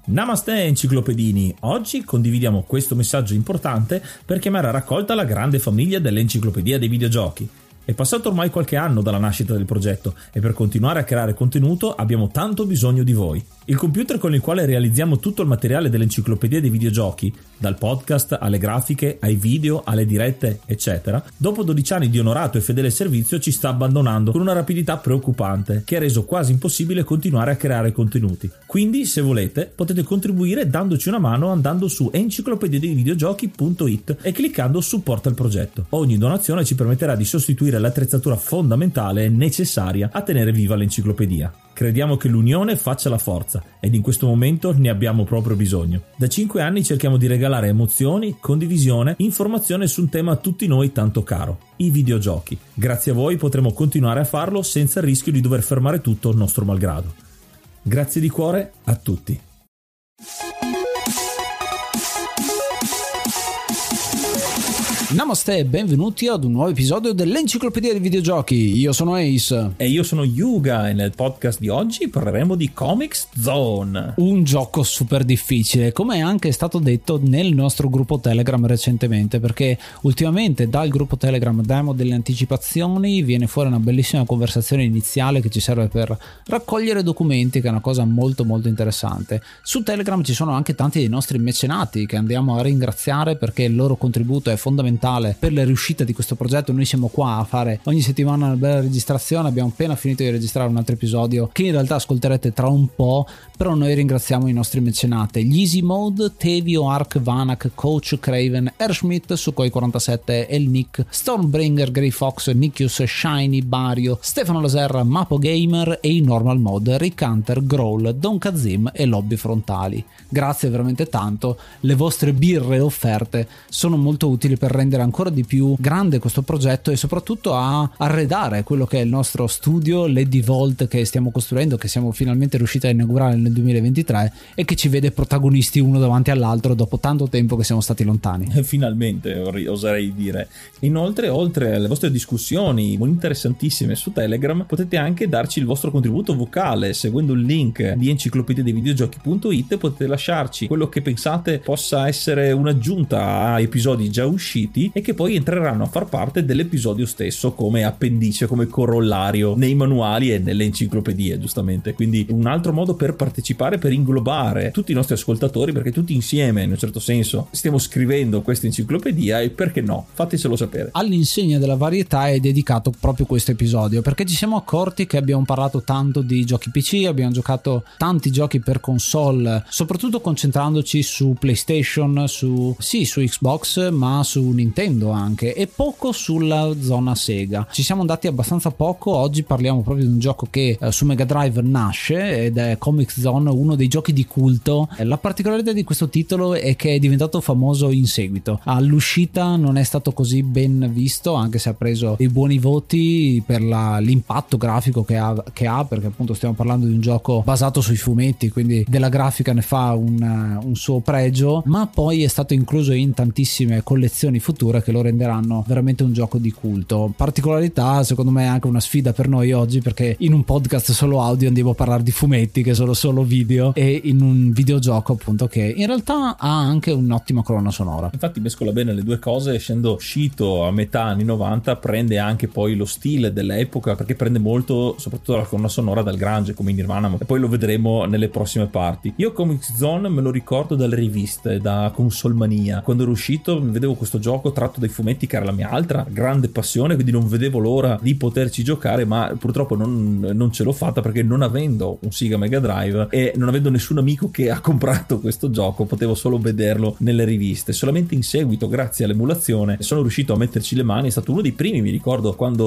Namaste enciclopedini, oggi condividiamo questo messaggio importante per chiamare a raccolta la grande famiglia dell'enciclopedia dei videogiochi. È passato ormai qualche anno dalla nascita del progetto e per continuare a creare contenuto abbiamo tanto bisogno di voi. Il computer con il quale realizziamo tutto il materiale dell'enciclopedia dei videogiochi, dal podcast alle grafiche, ai video, alle dirette, eccetera, dopo 12 anni di onorato e fedele servizio ci sta abbandonando con una rapidità preoccupante che ha reso quasi impossibile continuare a creare contenuti. Quindi, se volete, potete contribuire dandoci una mano andando su enciclopediadeivideogiochi.it e cliccando supporta il progetto. Ogni donazione ci permetterà di sostituire l'attrezzatura fondamentale e necessaria a tenere viva l'enciclopedia. Crediamo che l'unione faccia la forza ed in questo momento ne abbiamo proprio bisogno. Da 5 anni cerchiamo di regalare emozioni, condivisione, informazione su un tema a tutti noi tanto caro, i videogiochi. Grazie a voi potremo continuare a farlo senza il rischio di dover fermare tutto nostro malgrado. Grazie di cuore a tutti. Namaste e benvenuti ad un nuovo episodio dell'Enciclopedia dei Videogiochi. Io sono Ace. E io sono Yuga e nel podcast di oggi parleremo di Comix Zone. Un gioco super difficile, come è anche stato detto nel nostro gruppo Telegram recentemente, perché ultimamente dal gruppo Telegram diamo delle anticipazioni, viene fuori una bellissima conversazione iniziale che ci serve per raccogliere documenti, che è una cosa molto molto interessante. Su Telegram ci sono anche tanti dei nostri mecenati che andiamo a ringraziare perché il loro contributo è fondamentale per la riuscita di questo progetto. Noi siamo qua a fare ogni settimana una bella registrazione, abbiamo appena finito di registrare un altro episodio che in realtà ascolterete tra un po', però noi ringraziamo i nostri mecenate: gli Easy Mode, Tevio, Ark, Vanak, Coach, Craven, Erschmidt, Sukhoi47, El Nick, Stormbringer, Grey Fox, Nikius, Shiny, Bario, Stefano Laserra, Mapo Gamer e i Normal Mode, Rick Hunter, Growl, Don Kazim e Lobby Frontali. Grazie veramente tanto, le vostre birre offerte sono molto utili per rendere ancora di più grande questo progetto e soprattutto a arredare quello che è il nostro studio, l'Eddie Vault che stiamo costruendo, che siamo finalmente riusciti a inaugurare nel 2023 e che ci vede protagonisti uno davanti all'altro dopo tanto tempo che siamo stati lontani. Finalmente, oserei dire. Inoltre, oltre alle vostre discussioni interessantissime su Telegram, potete anche darci il vostro contributo vocale seguendo il link di enciclopediadeivideogiochi.it. Potete lasciarci quello che pensate possa essere un'aggiunta a episodi già usciti e che poi entreranno a far parte dell'episodio stesso come appendice, come corollario nei manuali e nelle enciclopedie, giustamente. Quindi un altro modo per partecipare, per inglobare tutti i nostri ascoltatori, perché tutti insieme in un certo senso stiamo scrivendo questa enciclopedia e perché no, fatecelo sapere. All'insegna della varietà è dedicato proprio questo episodio, perché ci siamo accorti che abbiamo parlato tanto di giochi PC, abbiamo giocato tanti giochi per console, soprattutto concentrandoci su PlayStation, su Xbox, ma su Nintendo anche, e poco sulla zona Sega. Ci siamo andati abbastanza poco. Oggi parliamo proprio di un gioco che su Mega Drive nasce ed è Comix Zone, uno dei giochi di culto. La particolarità di questo titolo è che è diventato famoso in seguito. All'uscita non è stato così ben visto, anche se ha preso dei buoni voti per l'impatto grafico che ha, perché appunto stiamo parlando di un gioco basato sui fumetti, quindi della grafica ne fa un suo pregio, ma poi è stato incluso in tantissime collezioni future che lo renderanno veramente un gioco di culto. Particolarità, secondo me, è anche una sfida per noi oggi, perché in un podcast solo audio andiamo a parlare di fumetti che sono solo video, e in un videogioco appunto che in realtà ha anche un'ottima colonna sonora. Infatti mescola bene le due cose, essendo uscito a metà anni 90 prende anche poi lo stile dell'epoca, perché prende molto soprattutto la colonna sonora dal grunge come in Nirvana, e poi lo vedremo nelle prossime parti. Io Comix Zone me lo ricordo dalle riviste, da Console Mania. Quando ero uscito vedevo questo gioco tratto dai fumetti, che era la mia altra grande passione, quindi non vedevo l'ora di poterci giocare, ma purtroppo non ce l'ho fatta, perché non avendo un Sega Mega Drive e non avendo nessun amico che ha comprato questo gioco, potevo solo vederlo nelle riviste. Solamente in seguito, grazie all'emulazione, sono riuscito a metterci le mani. È stato uno dei primi, mi ricordo, quando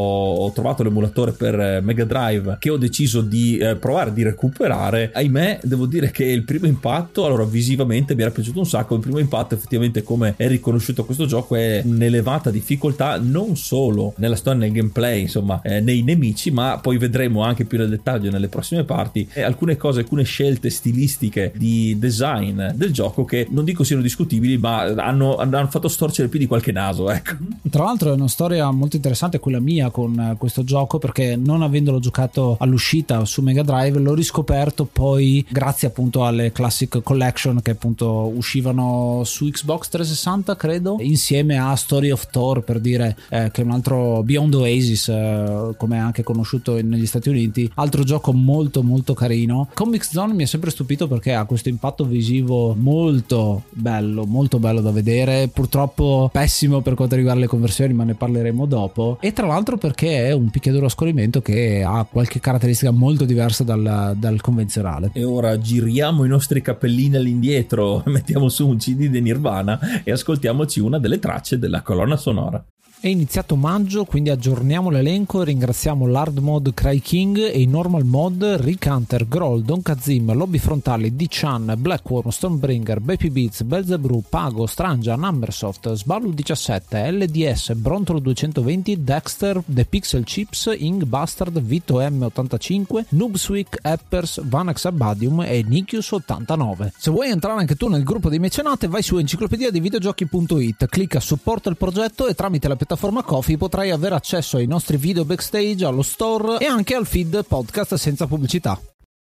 ho trovato l'emulatore per Mega Drive, che ho deciso di provare, di recuperare. Ahimè, devo dire che il primo impatto, allora visivamente mi era piaciuto un sacco. Il primo impatto, effettivamente, come è riconosciuto questo questo gioco è un'elevata difficoltà non solo nella storia, nel gameplay, insomma, nei nemici, ma poi vedremo anche più nel dettaglio nelle prossime parti alcune cose, alcune scelte stilistiche di design del gioco che non dico siano discutibili, ma hanno fatto storcere più di qualche naso, ecco. Tra l'altro è una storia molto interessante quella mia con questo gioco, perché non avendolo giocato all'uscita su Mega Drive l'ho riscoperto poi grazie appunto alle Classic Collection che appunto uscivano su Xbox 360 credo, insieme a Story of Thor, per dire, che è un altro Beyond Oasis, come è anche conosciuto negli Stati Uniti, altro gioco molto molto carino. Comix Zone mi ha sempre stupito perché ha questo impatto visivo molto bello da vedere, purtroppo pessimo per quanto riguarda le conversioni, ma ne parleremo dopo, e tra l'altro perché è un picchiaduro a scorrimento che ha qualche caratteristica molto diversa dal convenzionale. E ora giriamo i nostri cappellini all'indietro, mettiamo su un CD di Nirvana e ascoltiamoci una delle tracce della colonna sonora. È iniziato maggio, quindi aggiorniamo l'elenco e ringraziamo l'hard mod Cry King e i normal mod Rick Hunter, Groll, Don Kazim, Lobby Frontali, D-Chan, Blackworm, Stormbringer, Baby Beats, Belzebrew, Pago, Strangia, Numbersoft, Sballu 17, LDS, Brontolo 220, Dexter, The Pixel Chips, Ing Bastard, Vito M85, Noobswick, Eppers, Vanex Abadium e Nikius 89. Se vuoi entrare anche tu nel gruppo dei mecenate, vai su enciclopedia di videogiochi.it, clicca supporta il progetto e tramite la piattaforma Ko-fi potrai avere accesso ai nostri video backstage, allo store e anche al feed podcast senza pubblicità.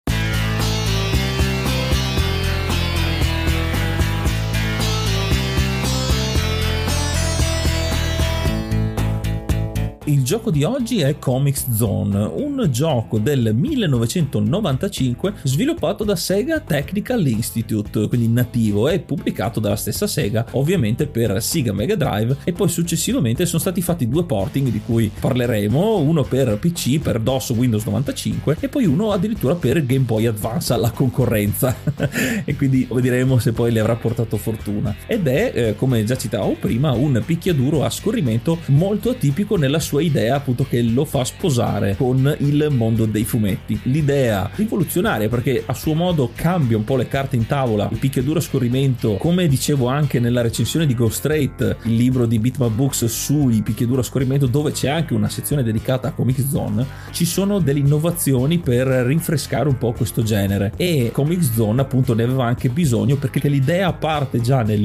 Il gioco di oggi è Comix Zone, un gioco del 1995 sviluppato da Sega Technical Institute, quindi nativo, e pubblicato dalla stessa Sega, ovviamente per Sega Mega Drive, e poi successivamente sono stati fatti due porting di cui parleremo, uno per PC, per DOS Windows 95 e poi uno addirittura per Game Boy Advance alla concorrenza e quindi vedremo se poi le avrà portato fortuna. Ed è, come già citavo prima, un picchiaduro a scorrimento molto atipico nella sua idea, appunto, che lo fa sposare con il mondo dei fumetti. L'idea rivoluzionaria, perché a suo modo cambia un po' le carte in tavola. Il picchiaduro a scorrimento, come dicevo anche nella recensione di Go Straight, il libro di Bitmap Books sui picchiaduro a scorrimento, dove c'è anche una sezione dedicata a Comix Zone, ci sono delle innovazioni per rinfrescare un po' questo genere, e Comix Zone appunto ne aveva anche bisogno, perché l'idea parte già nel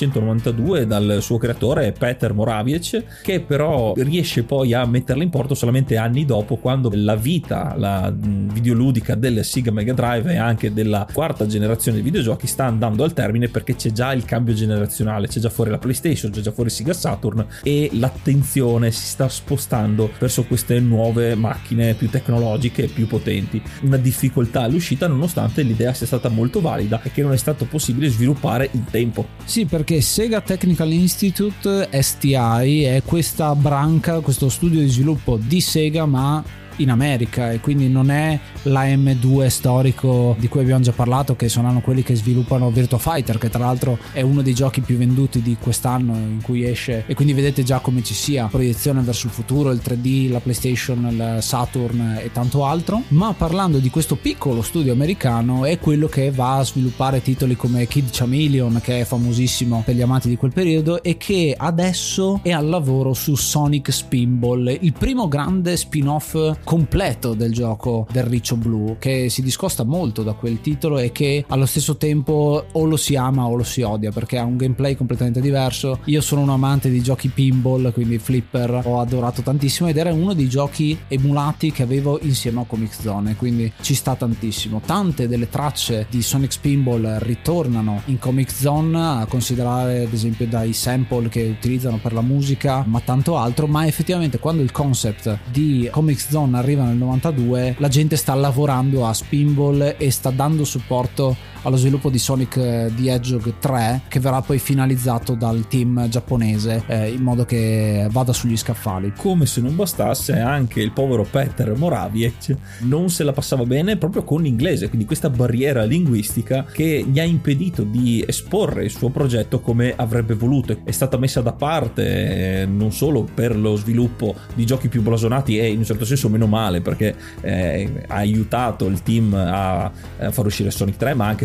1992 dal suo creatore Peter Morawiecz, che però riesce poi a metterla in porto solamente anni dopo, quando la vita, la videoludica del Sega Mega Drive e anche della quarta generazione di videogiochi sta andando al termine, perché c'è già il cambio generazionale, c'è già fuori la PlayStation, c'è già fuori Sega Saturn e l'attenzione si sta spostando verso queste nuove macchine più tecnologiche e più potenti. Una difficoltà all'uscita, nonostante l'idea sia stata molto valida e che non è stato possibile sviluppare in tempo. Sì, perché Sega Technical Institute STI è questa branca, questo studio di sviluppo di Sega, ma in America, e quindi non è la M2 storico di cui abbiamo già parlato, che sono quelli che sviluppano Virtua Fighter, che tra l'altro è uno dei giochi più venduti di quest'anno in cui esce, e quindi vedete già come ci sia proiezione verso il futuro, il 3D, la PlayStation, il Saturn e tanto altro. Ma parlando di questo piccolo studio americano, è quello che va a sviluppare titoli come Kid Chameleon, che è famosissimo per gli amanti di quel periodo, e che adesso è al lavoro su Sonic Spinball, il primo grande spin-off completo del gioco del Riccio Blu, che si discosta molto da quel titolo e che allo stesso tempo o lo si ama o lo si odia, perché ha un gameplay completamente diverso. Io sono un amante di giochi pinball, quindi flipper, ho adorato tantissimo, ed era uno dei giochi emulati che avevo insieme a Comix Zone, quindi ci sta tantissimo. Tante delle tracce di Sonic Spinball ritornano in Comix Zone, a considerare ad esempio dai sample che utilizzano per la musica, ma tanto altro. Ma effettivamente quando il concept di Comix Zone arriva nel 92, la gente sta lavorando a Spinball e sta dando supporto allo sviluppo di Sonic the Hedgehog 3, che verrà poi finalizzato dal team giapponese in modo che vada sugli scaffali. Come se non bastasse, anche il povero Peter Morawiecz non se la passava bene proprio con l'inglese, quindi questa barriera linguistica che gli ha impedito di esporre il suo progetto come avrebbe voluto. È stata messa da parte non solo per lo sviluppo di giochi più blasonati, e in un certo senso meno male, perché ha aiutato il team a far uscire Sonic 3, ma anche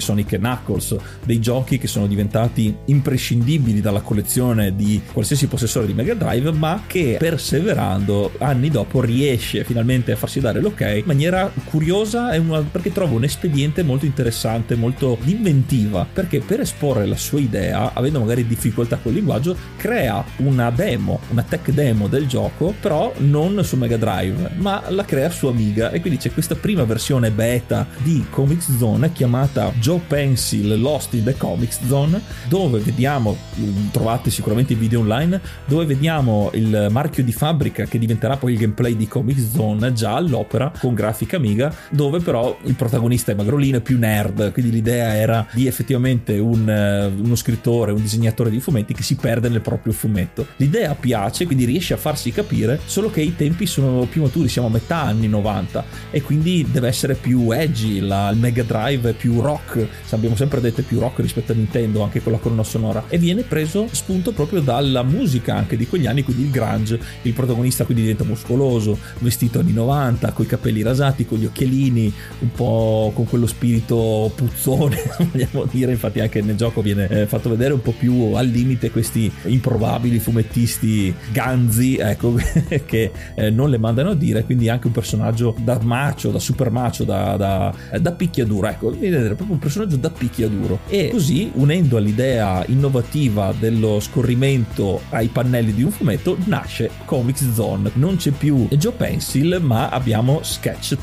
Sonic e Knuckles, dei giochi che sono diventati imprescindibili dalla collezione di qualsiasi possessore di Mega Drive, ma che perseverando anni dopo riesce finalmente a farsi dare l'ok in maniera curiosa, perché trovo un espediente molto interessante, molto inventiva, perché per esporre la sua idea, avendo magari difficoltà col linguaggio, crea una tech demo del gioco, però non su Mega Drive, ma la crea su Amiga, e quindi c'è questa prima versione beta di Comix Zone chiamata Joe Pencil Lost in the Comix Zone, dove vediamo, trovate sicuramente i video online, dove vediamo il marchio di fabbrica che diventerà poi il gameplay di Comix Zone già all'opera con grafica Amiga, dove però il protagonista è magrolino e più nerd, quindi l'idea era di effettivamente uno scrittore, un disegnatore di fumetti che si perde nel proprio fumetto. L'idea piace, quindi riesce a farsi capire, solo che i tempi sono più maturi, siamo a metà anni 90 e quindi deve essere più edgy, il Mega Drive è più rock, abbiamo sempre detto è più rock rispetto a Nintendo anche con la colonna sonora, e viene preso spunto proprio dalla musica anche di quegli anni, quindi il grunge, il protagonista quindi diventa muscoloso, vestito anni 90, coi capelli rasati, con gli occhialini, un po' con quello spirito puzzone vogliamo dire, infatti anche nel gioco viene fatto vedere un po' più al limite questi improbabili fumettisti ganzi, ecco che non le mandano a dire, quindi anche un personaggio da macio, da super macio, da picchiaduro, ecco, viene proprio un personaggio da picchiaduro. E così, unendo all'idea innovativa dello scorrimento ai pannelli di un fumetto, nasce Comix Zone. Non c'è più Joe Pencil, ma abbiamo Sketch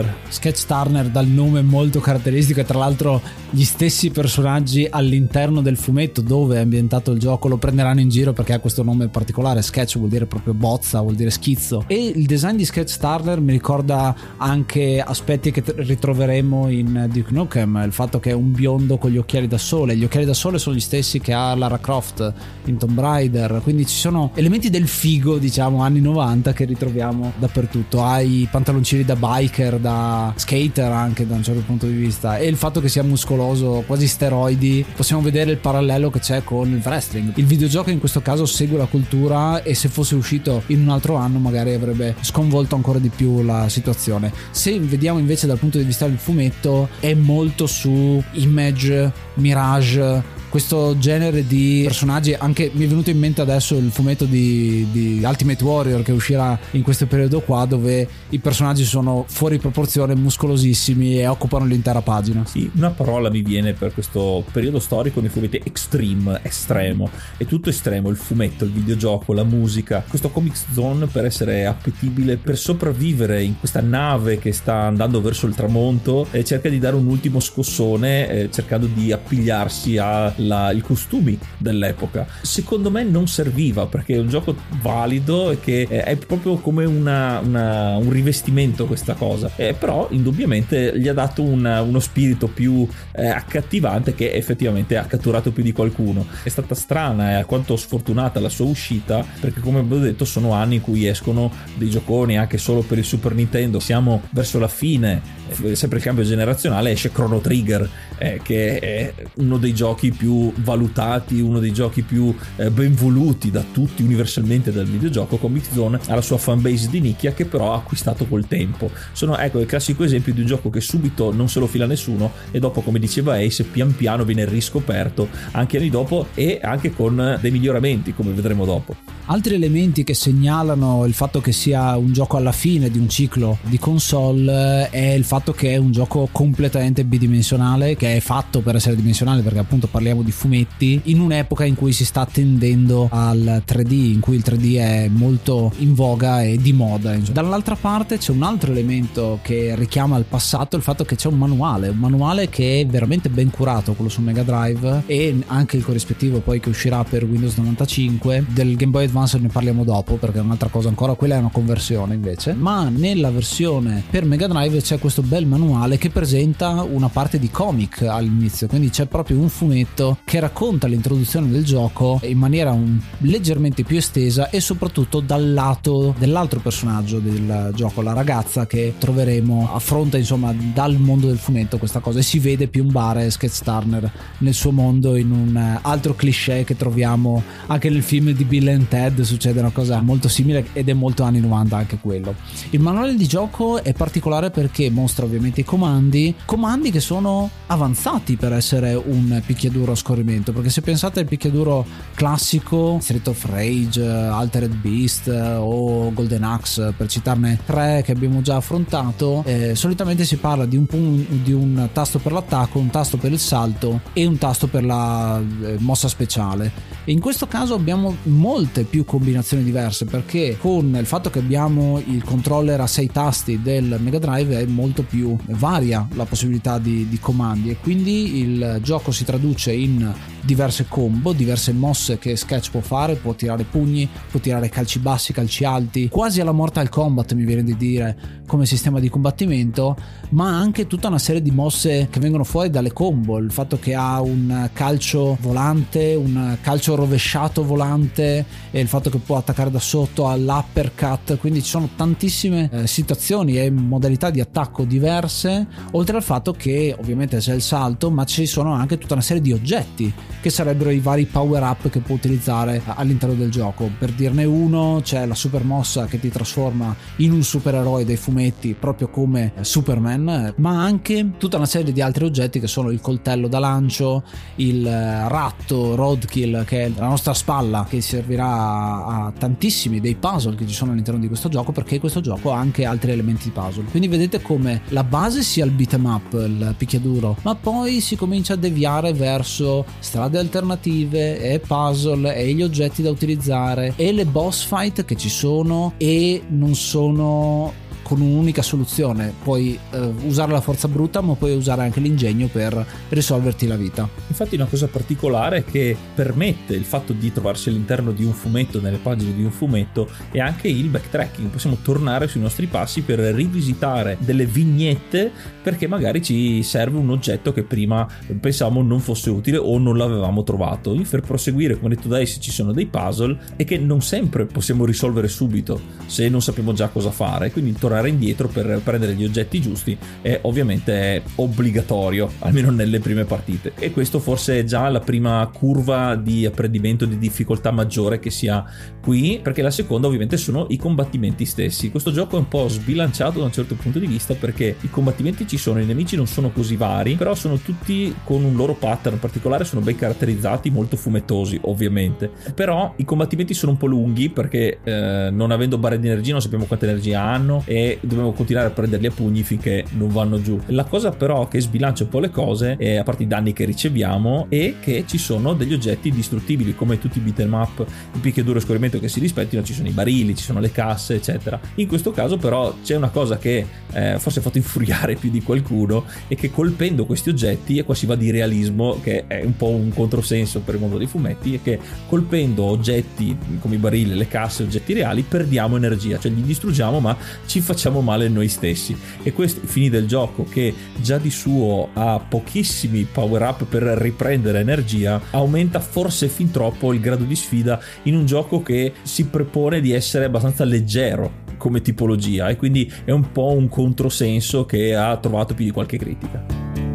Turner dal nome molto caratteristico, e tra l'altro gli stessi personaggi all'interno del fumetto dove è ambientato il gioco lo prenderanno in giro perché ha questo nome particolare. Sketch vuol dire proprio bozza, vuol dire schizzo, e il design di Sketch Turner mi ricorda anche aspetti che ritroveremo in Duke Nukem, il fatto che è un biondo con gli occhiali da sole. Gli occhiali da sole sono gli stessi che ha Lara Croft in Tomb Raider, quindi ci sono elementi del figo, diciamo, anni 90 che ritroviamo dappertutto. Ha i pantaloncini da biker, da skater anche da un certo punto di vista, e il fatto che sia muscoloso, quasi steroidi, possiamo vedere il parallelo che c'è con il wrestling. Il videogioco in questo caso segue la cultura, e se fosse uscito in un altro anno magari avrebbe sconvolto ancora di più la situazione. Se vediamo invece dal punto di vista del fumetto, è molto su Image, Mirage, questo genere di personaggi. Anche mi è venuto in mente adesso il fumetto di Ultimate Warrior che uscirà in questo periodo qua, dove i personaggi sono fuori proporzione, muscolosissimi e occupano l'intera pagina. Sì, una parola mi viene per questo periodo storico nei fumetti: extreme, estremo. È tutto estremo, il fumetto, il videogioco, la musica. Questo Comix Zone, per essere appetibile, per sopravvivere in questa nave che sta andando verso il tramonto, cerca di dare un ultimo scossone, cercando di appigliarsi ai costumi dell'epoca. Secondo me non serviva, perché è un gioco valido e che è proprio come un rivestimento questa cosa, però indubbiamente gli ha dato uno spirito più accattivante, che effettivamente ha catturato più di qualcuno. È stata strana e alquanto sfortunata la sua uscita, perché come abbiamo detto sono anni in cui escono dei gioconi anche solo per il Super Nintendo. Siamo verso la fine, sempre il cambio generazionale, esce Chrono Trigger, che è uno dei giochi più valutati, uno dei giochi più ben voluti da tutti universalmente del videogioco. Comix Zone ha la sua fanbase di nicchia, che però ha acquistato col tempo. Sono, ecco, il classico esempio di un gioco che subito non se lo fila nessuno, e dopo, come diceva Ace, pian piano viene riscoperto anche anni dopo, e anche con dei miglioramenti, come vedremo dopo. Altri elementi che segnalano il fatto che sia un gioco alla fine di un ciclo di console è il fatto che è un gioco completamente bidimensionale, che è fatto per essere dimensionale, perché appunto parliamo di fumetti in un'epoca in cui si sta tendendo al 3D, in cui il 3D è molto in voga e di moda. Dall'altra parte c'è un altro elemento che richiama il passato, il fatto che c'è un manuale che è veramente ben curato, quello su Mega Drive, e anche il corrispettivo poi che uscirà per Windows 95. Del Game Boy Advance ne parliamo dopo, perché è un'altra cosa ancora, quella è una conversione invece. Ma nella versione per Mega Drive c'è questo bel manuale che presenta una parte di comic all'inizio, quindi c'è proprio un fumetto fumetto che racconta l'introduzione del gioco in maniera leggermente più estesa e soprattutto dal lato dell'altro personaggio del gioco, la ragazza che troveremo, affronta insomma dal mondo del fumetto questa cosa e si vede piombare Sketch Turner nel suo mondo in un altro cliché che troviamo anche nel film di Bill and Ted. Succede una cosa molto simile ed è molto anni 90 anche quello. Il manuale di gioco è particolare perché mostra ovviamente i comandi che sono avanzati per essere un picchiaduro a scorrimento, perché se pensate al picchiaduro classico, Street of Rage, Altered Beast o Golden Axe, per citarne tre che abbiamo già affrontato, solitamente si parla di un tasto per l'attacco, un tasto per il salto e un tasto per la mossa speciale. E in questo caso abbiamo molte più combinazioni diverse, perché con il fatto che abbiamo il controller a 6 tasti del Mega Drive è molto più varia la possibilità di comandi, e quindi il gioco si traduce in diverse combo, diverse mosse che Sketch può fare. Può tirare pugni, può tirare calci bassi, calci alti, quasi alla Mortal Kombat mi viene di dire come sistema di combattimento, ma anche tutta una serie di mosse che vengono fuori dalle combo. Il fatto che ha un calcio volante, un calcio rovesciato volante, e il fatto che può attaccare da sotto all'uppercut, quindi ci sono tantissime situazioni e modalità di attacco diverse, oltre al fatto che ovviamente c'è il salto, ma ci sono anche tutta una serie di oggetti che sarebbero i vari power up che può utilizzare all'interno del gioco. Per dirne uno, c'è la super mossa che ti trasforma in un supereroe dei fumetti, proprio come Superman, ma anche tutta una serie di altri oggetti che sono il coltello da lancio, il ratto Roadkill, che è la nostra spalla, che servirà a tantissimi dei puzzle che ci sono all'interno di questo gioco, perché questo gioco ha anche altri elementi di puzzle. Quindi vedete come la base sia il beat 'em up, il picchiaduro, ma poi si comincia a deviare verso strade alternative e puzzle e gli oggetti da utilizzare e le boss fight che ci sono e non sono con un'unica soluzione. Puoi usare la forza bruta, ma puoi usare anche l'ingegno per risolverti la vita. Infatti una cosa particolare che permette il fatto di trovarsi all'interno di un fumetto, nelle pagine di un fumetto, è anche il backtracking. Possiamo tornare sui nostri passi per rivisitare delle vignette, perché magari ci serve un oggetto che prima pensavamo non fosse utile o non l'avevamo trovato. Per proseguire, come detto da Ace, ci sono dei puzzle e che non sempre possiamo risolvere subito se non sappiamo già cosa fare, quindi tornare indietro per prendere gli oggetti giusti è ovviamente obbligatorio, almeno nelle prime partite, e questo forse è già la prima curva di apprendimento di difficoltà maggiore che si ha qui, perché la seconda ovviamente sono i combattimenti stessi. Questo gioco è un po' sbilanciato da un certo punto di vista, perché i combattimenti ci sono, i nemici non sono così vari, però sono tutti con un loro pattern particolare, sono ben caratterizzati, molto fumettosi ovviamente, però i combattimenti sono un po' lunghi perché non avendo barre di energia non sappiamo quanta energia hanno e dobbiamo continuare a prenderli a pugni finché non vanno giù. La cosa però che sbilancia un po' le cose, a parte i danni che riceviamo, è che ci sono degli oggetti distruttibili, come tutti i beat'em up, il picchiaduro e scorrimento che si rispettino. Ci sono i barili, ci sono le casse eccetera. In questo caso però c'è una cosa che forse ha fatto infuriare più di qualcuno, e che colpendo questi oggetti, e qua si va di realismo che è un po' un controsenso per il mondo dei fumetti, è che colpendo oggetti come i barili, le casse, oggetti reali, perdiamo energia, cioè li distruggiamo ma ci facciamo male noi stessi. E questi fini del gioco, che già di suo ha pochissimi power up per riprendere energia, aumenta forse fin troppo il grado di sfida in un gioco che si propone di essere abbastanza leggero come tipologia, e quindi è un po' un controsenso che ha trovato più di qualche critica.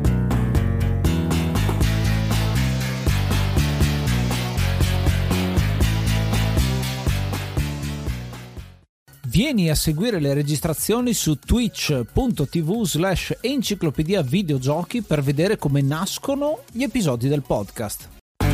Vieni a seguire le registrazioni su twitch.tv/enciclopedia videogiochi per vedere come nascono gli episodi del podcast.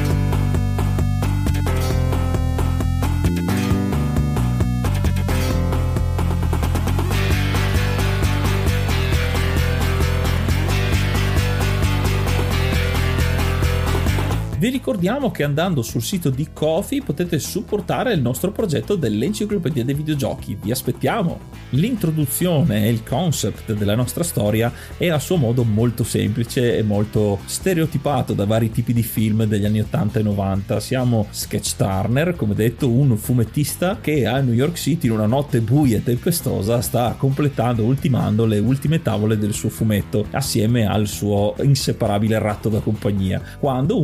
Vi ricordiamo che andando sul sito di Ko-fi potete supportare il nostro progetto dell'Enciclopedia dei Videogiochi. Vi aspettiamo! L'introduzione e il concept della nostra storia è a suo modo molto semplice e molto stereotipato da vari tipi di film degli anni 80 e 90. Siamo Sketch Turner, come detto, un fumettista che a New York City, in una notte buia e tempestosa, sta ultimando le ultime tavole del suo fumetto assieme al suo inseparabile ratto da compagnia, quando un fulmine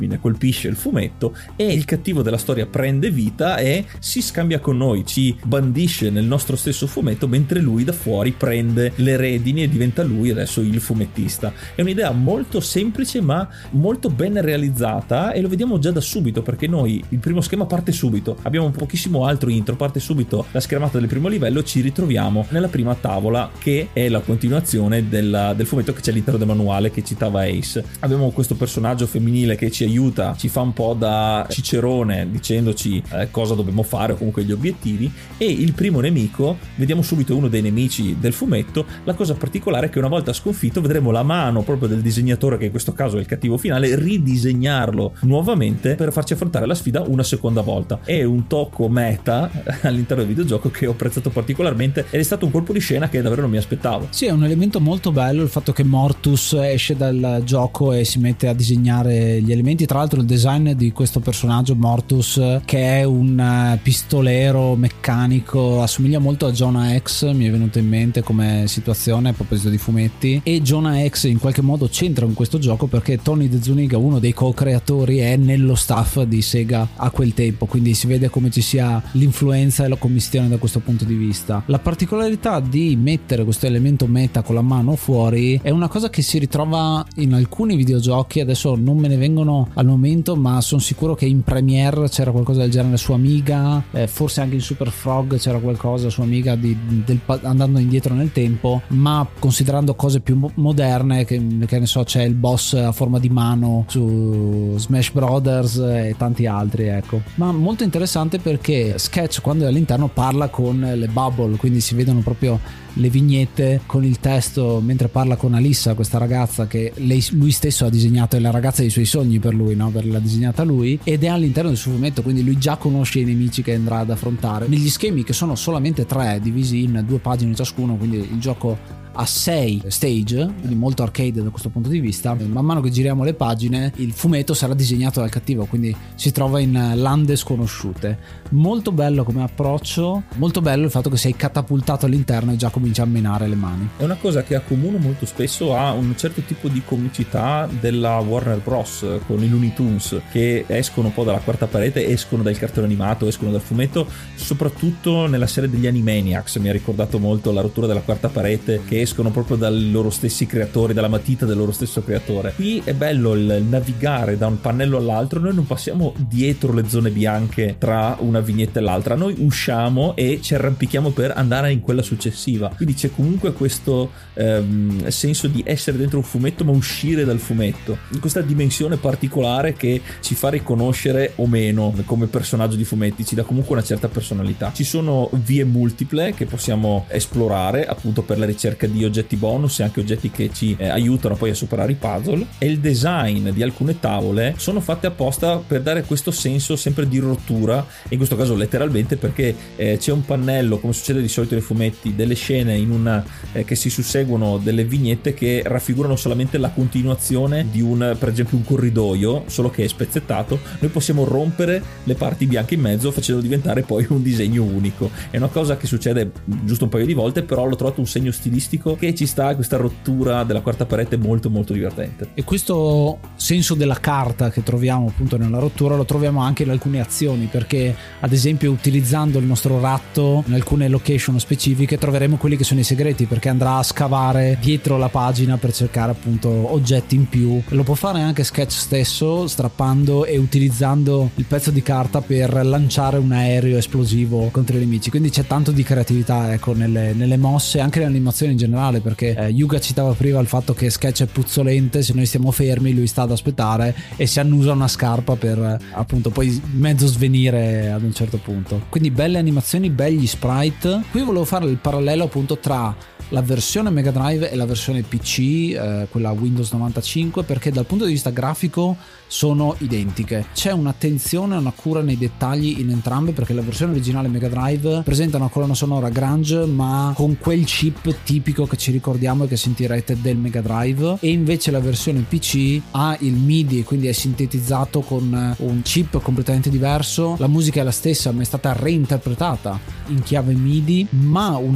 fulmine colpisce il fumetto e il cattivo della storia prende vita e si scambia con noi, ci bandisce nel nostro stesso fumetto, mentre lui da fuori prende le redini e diventa lui adesso il fumettista. È un'idea molto semplice ma molto ben realizzata, e lo vediamo già da subito, perché noi il primo schema parte subito, abbiamo un pochissimo altro intro, parte subito la schermata del primo livello, ci ritroviamo nella prima tavola che è la continuazione del fumetto che c'è all'interno del manuale che citava Ace. Abbiamo questo personaggio femminile che ci aiuta, ci fa un po' da cicerone dicendoci cosa dobbiamo fare o comunque gli obiettivi, e il primo nemico vediamo subito uno dei nemici del fumetto. La cosa particolare è che una volta sconfitto vedremo la mano proprio del disegnatore, che in questo caso è il cattivo finale, ridisegnarlo nuovamente per farci affrontare la sfida una seconda volta. È un tocco meta all'interno del videogioco che ho apprezzato particolarmente, ed è stato un colpo di scena che davvero non mi aspettavo. Sì, è un elemento molto bello il fatto che Mortus esce dal gioco e si mette a disegnare gli elementi. Tra l'altro il design di questo personaggio Mortus, che è un pistolero meccanico, assomiglia molto a Jonah X, mi è venuto in mente come situazione a proposito di fumetti, e Jonah X in qualche modo c'entra in questo gioco perché Tony De Zuniga, uno dei co-creatori, è nello staff di Sega a quel tempo, quindi si vede come ci sia l'influenza e la commistione da questo punto di vista. La particolarità di mettere questo elemento meta con la mano fuori è una cosa che si ritrova in alcuni videogiochi, adesso non me ne vengono al momento, ma sono sicuro che in Premiere c'era qualcosa del genere su Amiga, forse anche in Super Frog c'era qualcosa su Amiga andando indietro nel tempo, ma considerando cose più moderne, che ne so, c'è il boss a forma di mano su Smash Brothers e tanti altri, ecco. Ma molto interessante perché Sketch, quando è all'interno, parla con le bubble, quindi si vedono proprio le vignette con il testo mentre parla con Alissa, questa ragazza che lui stesso ha disegnato, è la ragazza dei suoi sogni per lui, no? L'ha disegnata lui, ed è all'interno del suo fumetto, quindi lui già conosce i nemici che andrà ad affrontare negli schemi, che sono solamente 3 divisi in 2 pagine ciascuno, quindi il gioco a 6 stage, quindi molto arcade da questo punto di vista. Man mano che giriamo le pagine il fumetto sarà disegnato dal cattivo, quindi si trova in lande sconosciute. Molto bello come approccio, molto bello il fatto che sei catapultato all'interno e già cominci a menare le mani. È una cosa che accomuna molto spesso a un certo tipo di comicità della Warner Bros. Con i Looney Tunes, che escono un po' dalla quarta parete, escono dal cartone animato, escono dal fumetto, soprattutto nella serie degli Animaniacs. Mi ha ricordato molto la rottura della quarta parete, che escono proprio dai loro stessi creatori, dalla matita del loro stesso creatore. Qui è bello il navigare da un pannello all'altro, noi non passiamo dietro le zone bianche tra una vignetta e l'altra, noi usciamo e ci arrampichiamo per andare in quella successiva, quindi c'è comunque questo senso di essere dentro un fumetto ma uscire dal fumetto, in questa dimensione particolare che ci fa riconoscere o meno come personaggio di fumetti, ci dà comunque una certa personalità. Ci sono vie multiple che possiamo esplorare appunto per la ricerca di oggetti bonus e anche oggetti che ci aiutano poi a superare i puzzle, e il design di alcune tavole sono fatte apposta per dare questo senso sempre di rottura, in questo caso letteralmente, perché c'è un pannello, come succede di solito nei fumetti, delle scene in una che si susseguono delle vignette che raffigurano solamente la continuazione di per esempio un corridoio, solo che è spezzettato. Noi possiamo rompere le parti bianche in mezzo facendo diventare poi un disegno unico. È una cosa che succede giusto un paio di volte, però l'ho trovato un segno stilistico che ci sta, questa rottura della quarta parete molto molto divertente. E questo senso della carta che troviamo appunto nella rottura lo troviamo anche in alcune azioni, perché ad esempio utilizzando il nostro ratto in alcune location specifiche troveremo quelli che sono i segreti, perché andrà a scavare dietro la pagina per cercare appunto oggetti in più. Lo può fare anche Sketch stesso, strappando e utilizzando il pezzo di carta per lanciare un aereo esplosivo contro i nemici, quindi c'è tanto di creatività, ecco, nelle mosse, anche nelle animazioni in generale, perché Yuga citava prima il fatto che Sketch è puzzolente, se noi stiamo fermi lui sta ad aspettare e si annusa una scarpa per appunto poi mezzo svenire ad un certo punto. Quindi belle animazioni, begli sprite. Qui volevo fare il parallelo appunto tra la versione Mega Drive e la versione PC, quella Windows 95, perché dal punto di vista grafico sono identiche. C'è un'attenzione e una cura nei dettagli in entrambe, perché la versione originale Mega Drive presenta una colonna sonora grunge ma con quel chip tipico che ci ricordiamo e che sentirete del Mega Drive, e invece la versione PC ha il MIDI, quindi è sintetizzato con un chip completamente diverso. La musica è la stessa ma è stata reinterpretata in chiave MIDI, ma una cosa che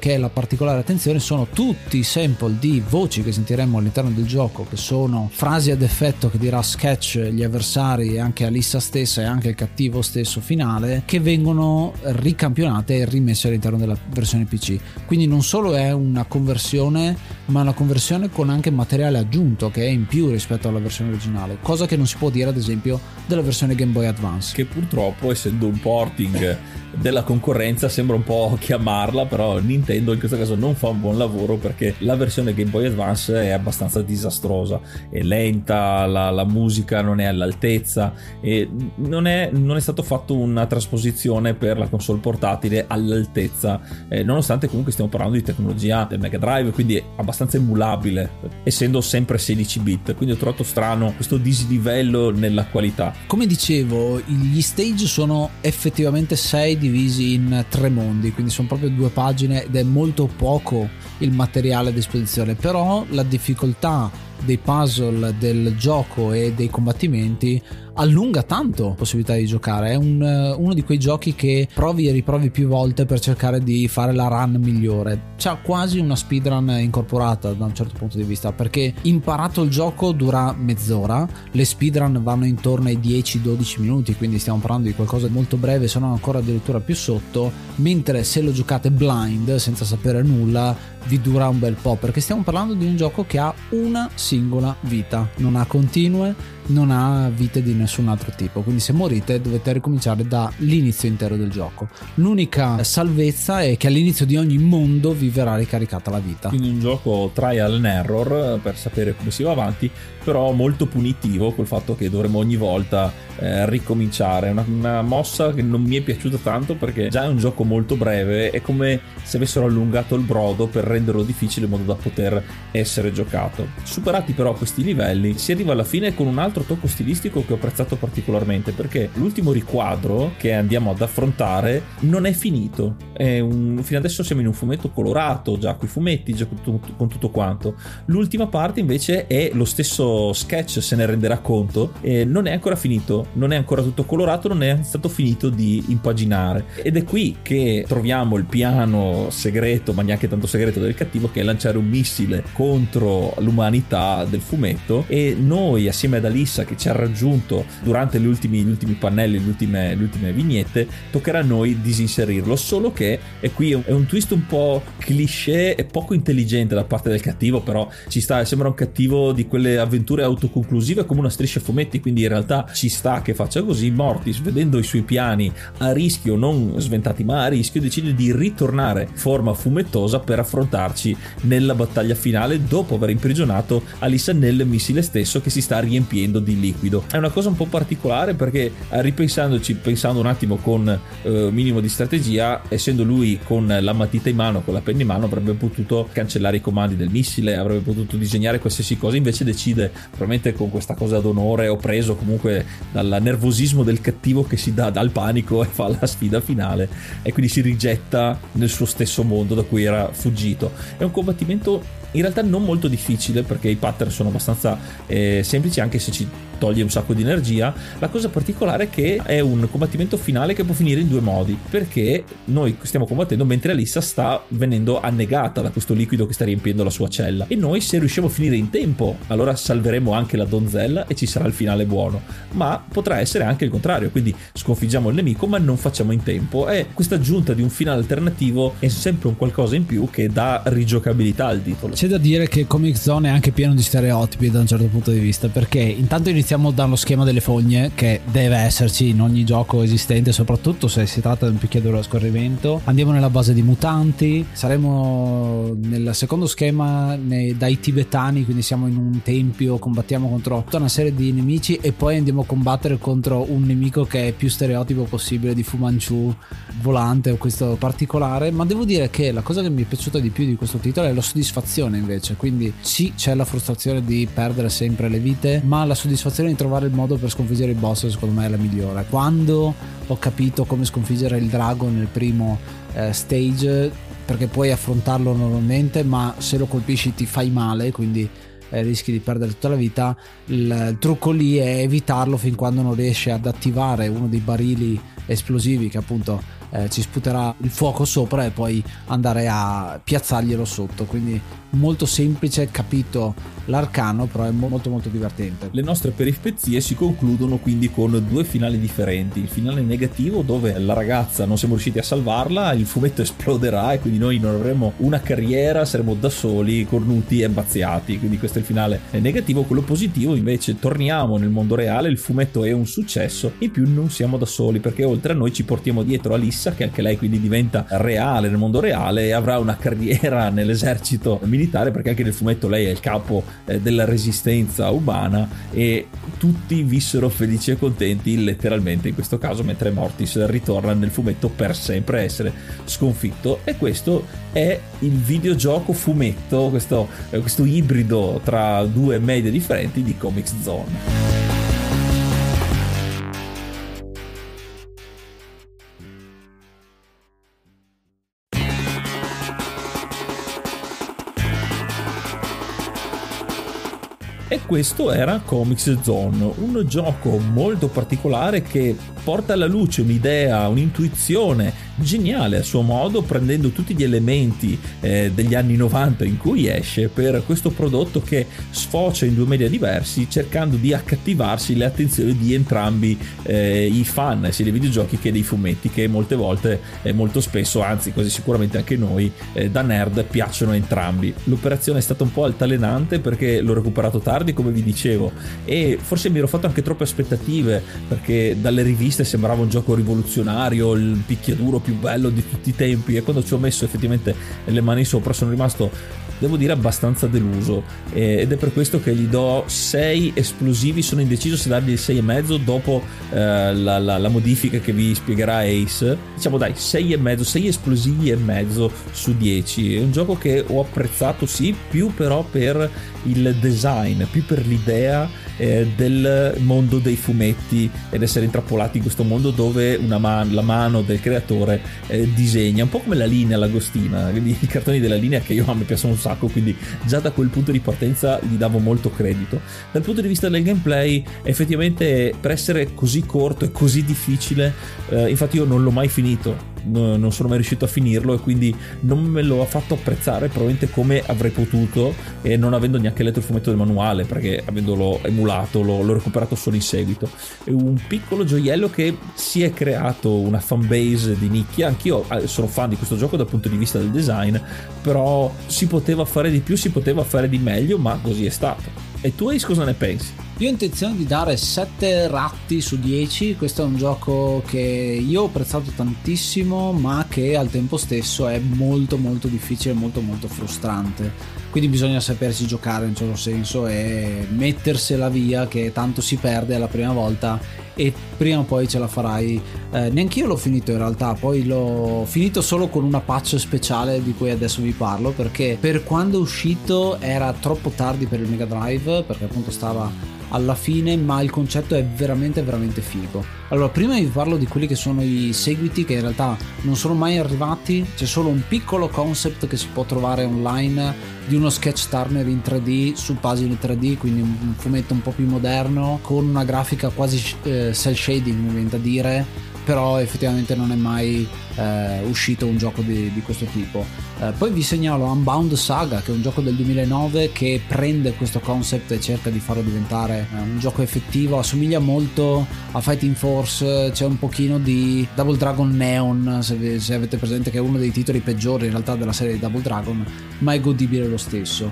che è la particolare attenzione sono tutti i sample di voci che sentiremo all'interno del gioco, che sono frasi ad effetto che dirà Sketch, gli avversari e anche Alissa stessa e anche il cattivo stesso finale, che vengono ricampionate e rimesse all'interno della versione PC. Quindi non solo è una conversione, ma una conversione con anche materiale aggiunto che è in più rispetto alla versione originale, cosa che non si può dire ad esempio della versione Game Boy Advance, che purtroppo, essendo un porting della concorrenza, sembra un po' chiamarla, però Nintendo in questo caso non fa un buon lavoro, perché la versione Game Boy Advance è abbastanza disastrosa, è lenta, la musica non è all'altezza e non è stato fatto una trasposizione per la console portatile all'altezza, nonostante comunque stiamo parlando di tecnologia del Mega Drive, quindi è abbastanza emulabile essendo sempre 16 bit, quindi ho trovato strano questo dislivello nella qualità. Come dicevo, gli stage sono effettivamente 6 divisi in 3 mondi, quindi sono proprio 2 pagine ed è molto poco il materiale a disposizione, però la difficoltà dei puzzle del gioco e dei combattimenti allunga tanto la possibilità di giocare. È uno di quei giochi che provi e riprovi più volte per cercare di fare la run migliore. C'ha quasi una speedrun incorporata da un certo punto di vista, perché imparato il gioco dura mezz'ora, le speedrun vanno intorno ai 10-12 minuti, quindi stiamo parlando di qualcosa di molto breve, se non ancora addirittura più sotto, mentre se lo giocate blind senza sapere nulla vi dura un bel po', perché stiamo parlando di un gioco che ha una singola vita, non ha continue, non ha vite di nessun altro tipo, quindi se morite dovete ricominciare dall'inizio intero del gioco. L'unica salvezza è che all'inizio di ogni mondo vi verrà ricaricata la vita, quindi un gioco trial and error per sapere come si va avanti, però molto punitivo col fatto che dovremo ogni volta ricominciare. Una mossa che non mi è piaciuta tanto, perché già è un gioco molto breve, è come se avessero allungato il brodo per renderlo difficile in modo da poter essere giocato. Superati però questi livelli si arriva alla fine con un altro tocco stilistico che ho apprezzato particolarmente, perché l'ultimo riquadro che andiamo ad affrontare non è finito, fino adesso siamo in un fumetto colorato, già coi fumetti, già con tutto quanto. L'ultima parte invece è lo stesso Sketch se ne renderà conto, non è ancora finito, non è ancora tutto colorato, non è stato finito di impaginare, ed è qui che troviamo il piano segreto, ma neanche tanto segreto, del cattivo, che è lanciare un missile contro l'umanità del fumetto, e noi assieme ad Alissa, che ci ha raggiunto durante gli ultimi pannelli, le ultime vignette, toccherà a noi disinserirlo, solo che e qui è un twist un po' cliché e poco intelligente da parte del cattivo, però ci sta, sembra un cattivo di quelle avventure autoconclusive come una striscia fumetti, quindi in realtà ci sta che faccia così. Mortis, vedendo i suoi piani a rischio, non sventati ma a rischio, decide di ritornare forma fumettosa per affrontarci nella battaglia finale, dopo aver imprigionato Alissa nel missile stesso che si sta riempiendo di liquido. È una cosa un po' particolare, perché ripensandoci, pensando un attimo con minimo di strategia, essendo lui con la matita in mano, con la penna in mano, avrebbe potuto cancellare i comandi del missile, avrebbe potuto disegnare qualsiasi cosa, invece decide, probabilmente con questa cosa d'onore o preso comunque dal nervosismo del cattivo che si dà dal panico, e fa la sfida finale e quindi si rigetta nel suo stesso mondo da cui era fuggito. È un combattimento in realtà non molto difficile, perché i pattern sono abbastanza semplici, anche se ci toglie un sacco di energia. La cosa particolare è che è un combattimento finale che può finire in 2 modi, perché noi stiamo combattendo mentre Alissa sta venendo annegata da questo liquido che sta riempiendo la sua cella, e noi, se riusciamo a finire in tempo, allora salveremo anche la donzella e ci sarà il finale buono, ma potrà essere anche il contrario, quindi sconfiggiamo il nemico ma non facciamo in tempo, e questa aggiunta di un finale alternativo è sempre un qualcosa in più che dà rigiocabilità al titolo. C'è da dire che Comic Zone è anche pieno di stereotipi da un certo punto di vista, perché intanto iniziamo dallo schema delle fogne, che deve esserci in ogni gioco esistente, soprattutto se si tratta di un picchiaduro a scorrimento. Andiamo nella base di mutanti, saremo nel secondo schema dai tibetani, quindi siamo in un tempio, combattiamo contro tutta una serie di nemici, e poi andiamo a combattere contro un nemico che è più stereotipo possibile di Fu Manchu volante, o questo particolare. Ma devo dire che la cosa che mi è piaciuta di più di questo titolo è la soddisfazione, invece. Quindi sì, c'è la frustrazione di perdere sempre le vite, ma la soddisfazione di trovare il modo per sconfiggere il boss secondo me è la migliore. Quando ho capito come sconfiggere il drago nel primo stage, perché puoi affrontarlo normalmente, ma se lo colpisci ti fai male, quindi rischi di perdere tutta la vita. Il trucco lì è evitarlo fin quando non riesci ad attivare uno dei barili esplosivi che appunto ci sputerà il fuoco sopra e poi andare a piazzarglielo sotto. Quindi molto semplice, capito l'arcano, però è molto molto divertente. Le nostre peripezie si concludono quindi con due finali differenti. Il finale negativo, dove la ragazza non siamo riusciti a salvarla, il fumetto esploderà e quindi noi non avremo una carriera, saremo da soli, cornuti e bazziati. Quindi questo è il finale negativo. Quello positivo invece, torniamo nel mondo reale, il fumetto è un successo, in più non siamo da soli, perché oltre a noi ci portiamo dietro Alissa, che anche lei quindi diventa reale nel mondo reale e avrà una carriera nell'esercito militare, perché anche nel fumetto lei è il capo della resistenza umana, e tutti vissero felici e contenti letteralmente in questo caso, mentre Mortis ritorna nel fumetto per sempre a essere sconfitto. E questo è il videogioco fumetto, questo ibrido tra due medie differenti di Comix Zone. E questo era Comix Zone, un gioco molto particolare che porta alla luce un'idea, un'intuizione geniale a suo modo, prendendo tutti gli elementi degli anni 90 in cui esce, per questo prodotto che sfocia in due media diversi, cercando di accattivarsi le attenzioni di entrambi i fan, sia dei videogiochi che dei fumetti, che molte volte, molto spesso, anzi quasi sicuramente anche noi, da nerd piacciono entrambi. L'operazione è stata un po' altalenante perché l'ho recuperato tardi, come vi dicevo, e forse mi ero fatto anche troppe aspettative, perché dalle riviste sembrava un gioco rivoluzionario, il picchiaduro più bello di tutti i tempi, e quando ci ho messo effettivamente le mani sopra sono rimasto, devo dire, abbastanza deluso, ed è per questo che gli do 6 esplosivi. Sono indeciso se dargli il 6,5 dopo la modifica che vi spiegherà Ace. Diciamo dai, 6,5, 6 esplosivi e mezzo su 10. È un gioco che ho apprezzato, sì, più però per il design, più per l'idea del mondo dei fumetti, ed essere intrappolati in questo mondo dove la mano del creatore disegna, un po' come la linea Lagostina, i cartoni della linea che a me piacciono un sacco, quindi già da quel punto di partenza gli davo molto credito. Dal punto di vista del gameplay, effettivamente, per essere così corto e così difficile, infatti io non l'ho mai finito, non sono mai riuscito a finirlo, e quindi non me lo ha fatto apprezzare probabilmente come avrei potuto, e non avendo neanche letto il fumetto del manuale, perché avendolo emulato l'ho recuperato solo in seguito. È un piccolo gioiello che si è creato una fanbase di nicchia. Anch'io sono fan di questo gioco dal punto di vista del design, però si poteva fare di più, si poteva fare di meglio, ma così è stato. E tu, Ace, cosa ne pensi? Io ho intenzione di dare 7 ratti su 10. Questo è un gioco che io ho apprezzato tantissimo, ma che al tempo stesso è molto molto difficile, molto molto frustrante. Quindi bisogna sapersi giocare in un certo senso e mettersela via, che tanto si perde alla prima volta e prima o poi ce la farai. Neanch'io l'ho finito in realtà, poi l'ho finito solo con una patch speciale di cui adesso vi parlo, perché per quando è uscito era troppo tardi per il Mega Drive, perché appunto stava alla fine, ma il concetto è veramente veramente figo. Allora, prima vi parlo di quelli che sono i seguiti, che in realtà non sono mai arrivati. C'è solo un piccolo concept che si può trovare online di uno sketch Turner in 3D su pagine 3D, quindi un fumetto un po' più moderno con una grafica quasi cel shading, mi viene da dire, però effettivamente non è mai uscito un gioco di questo tipo. Poi vi segnalo Unbound Saga, che è un gioco del 2009 che prende questo concept e cerca di farlo diventare un gioco effettivo. Assomiglia molto a Fighting Force, c'è un pochino di Double Dragon Neon, se avete presente, che è uno dei titoli peggiori in realtà della serie di Double Dragon, ma è godibile lo stesso.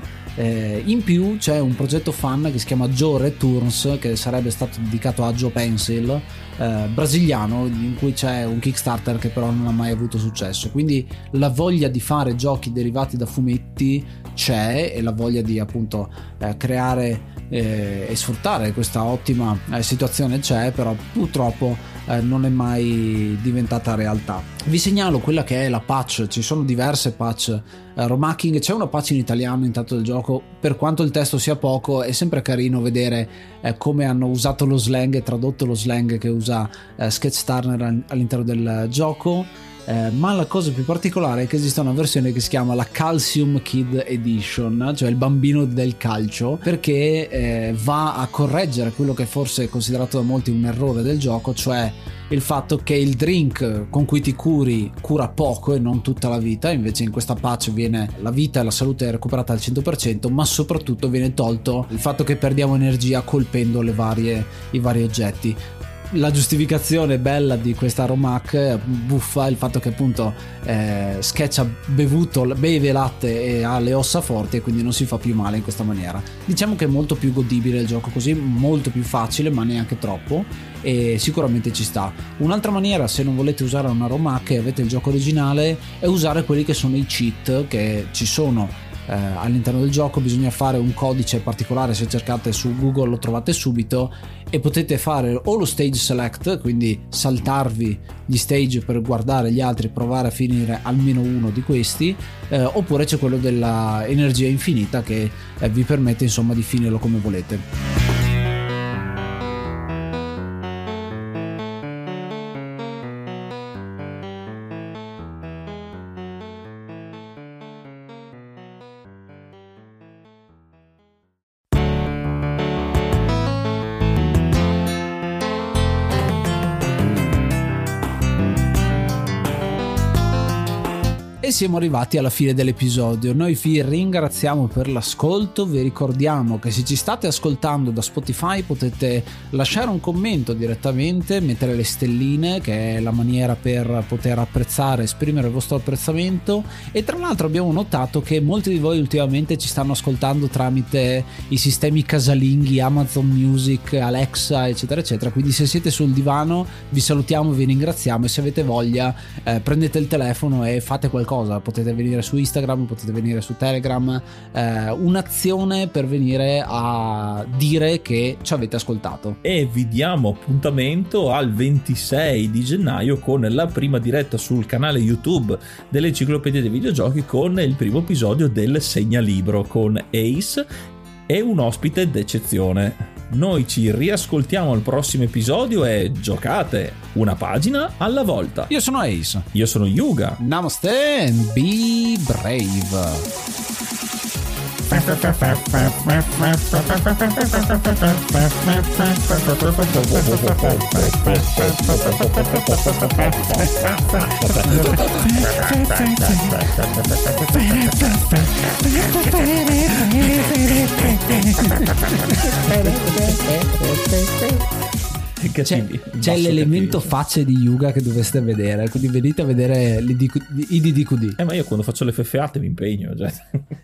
In più c'è un progetto fan che si chiama Joe Returns, che sarebbe stato dedicato a Joe Pencil, brasiliano, in cui c'è un Kickstarter che però non ha mai avuto successo. Quindi la voglia di fare giochi derivati da fumetti c'è, e la voglia di appunto creare e sfruttare questa ottima situazione c'è, però purtroppo non è mai diventata realtà. Vi segnalo quella che è la patch, ci sono diverse patch romacking, c'è una patch in italiano intanto del gioco. Per quanto il testo sia poco, è sempre carino vedere come hanno usato lo slang e tradotto lo slang che usa Sketch Turner all'interno del gioco. ma la cosa più particolare è che esiste una versione che si chiama la Calcium Kid Edition, cioè il bambino del calcio, perché va a correggere quello che forse è considerato da molti un errore del gioco, cioè il fatto che il drink con cui ti cura poco e non tutta la vita. Invece in questa patch viene la vita e la salute recuperata al 100%, ma soprattutto viene tolto il fatto che perdiamo energia colpendo i vari oggetti. La giustificazione bella di questa Romac buffa è il fatto che appunto Sketch ha beve latte e ha le ossa forti e quindi non si fa più male in questa maniera. Diciamo che è molto più godibile il gioco così, molto più facile, ma neanche troppo, e sicuramente ci sta. Un'altra maniera, se non volete usare una Romac e avete il gioco originale, è usare quelli che sono i cheat che ci sono all'interno del gioco. Bisogna fare un codice particolare, se cercate su Google lo trovate subito, e potete fare o lo stage select, quindi saltarvi gli stage per guardare gli altri e provare a finire almeno uno di questi, oppure c'è quello della energia infinita che vi permette insomma di finirlo come volete. E siamo arrivati alla fine dell'episodio. Noi vi ringraziamo per l'ascolto, vi ricordiamo che se ci state ascoltando da Spotify potete lasciare un commento direttamente, mettere le stelline, che è la maniera per poter apprezzare, esprimere il vostro apprezzamento. E tra l'altro abbiamo notato che molti di voi ultimamente ci stanno ascoltando tramite i sistemi casalinghi, Amazon Music, Alexa, eccetera eccetera, quindi se siete sul divano vi salutiamo, vi ringraziamo, e se avete voglia prendete il telefono e fate qualcosa. Potete venire su Instagram, potete venire su Telegram, un'azione per venire a dire che ci avete ascoltato. E vi diamo appuntamento al 26 di gennaio con la prima diretta sul canale YouTube dell'Enciclopedia dei Videogiochi, con il primo episodio del Segnalibro con Ace e un ospite d'eccezione. Noi ci riascoltiamo al prossimo episodio e giocate una pagina alla volta. Io sono Ace. Io sono Yuga. Namaste and be brave. C'è l'elemento facce di Yuga che dovreste vedere, quindi venite a vedere i DDQD. Ma io quando faccio le feffeate mi impegno, cioè.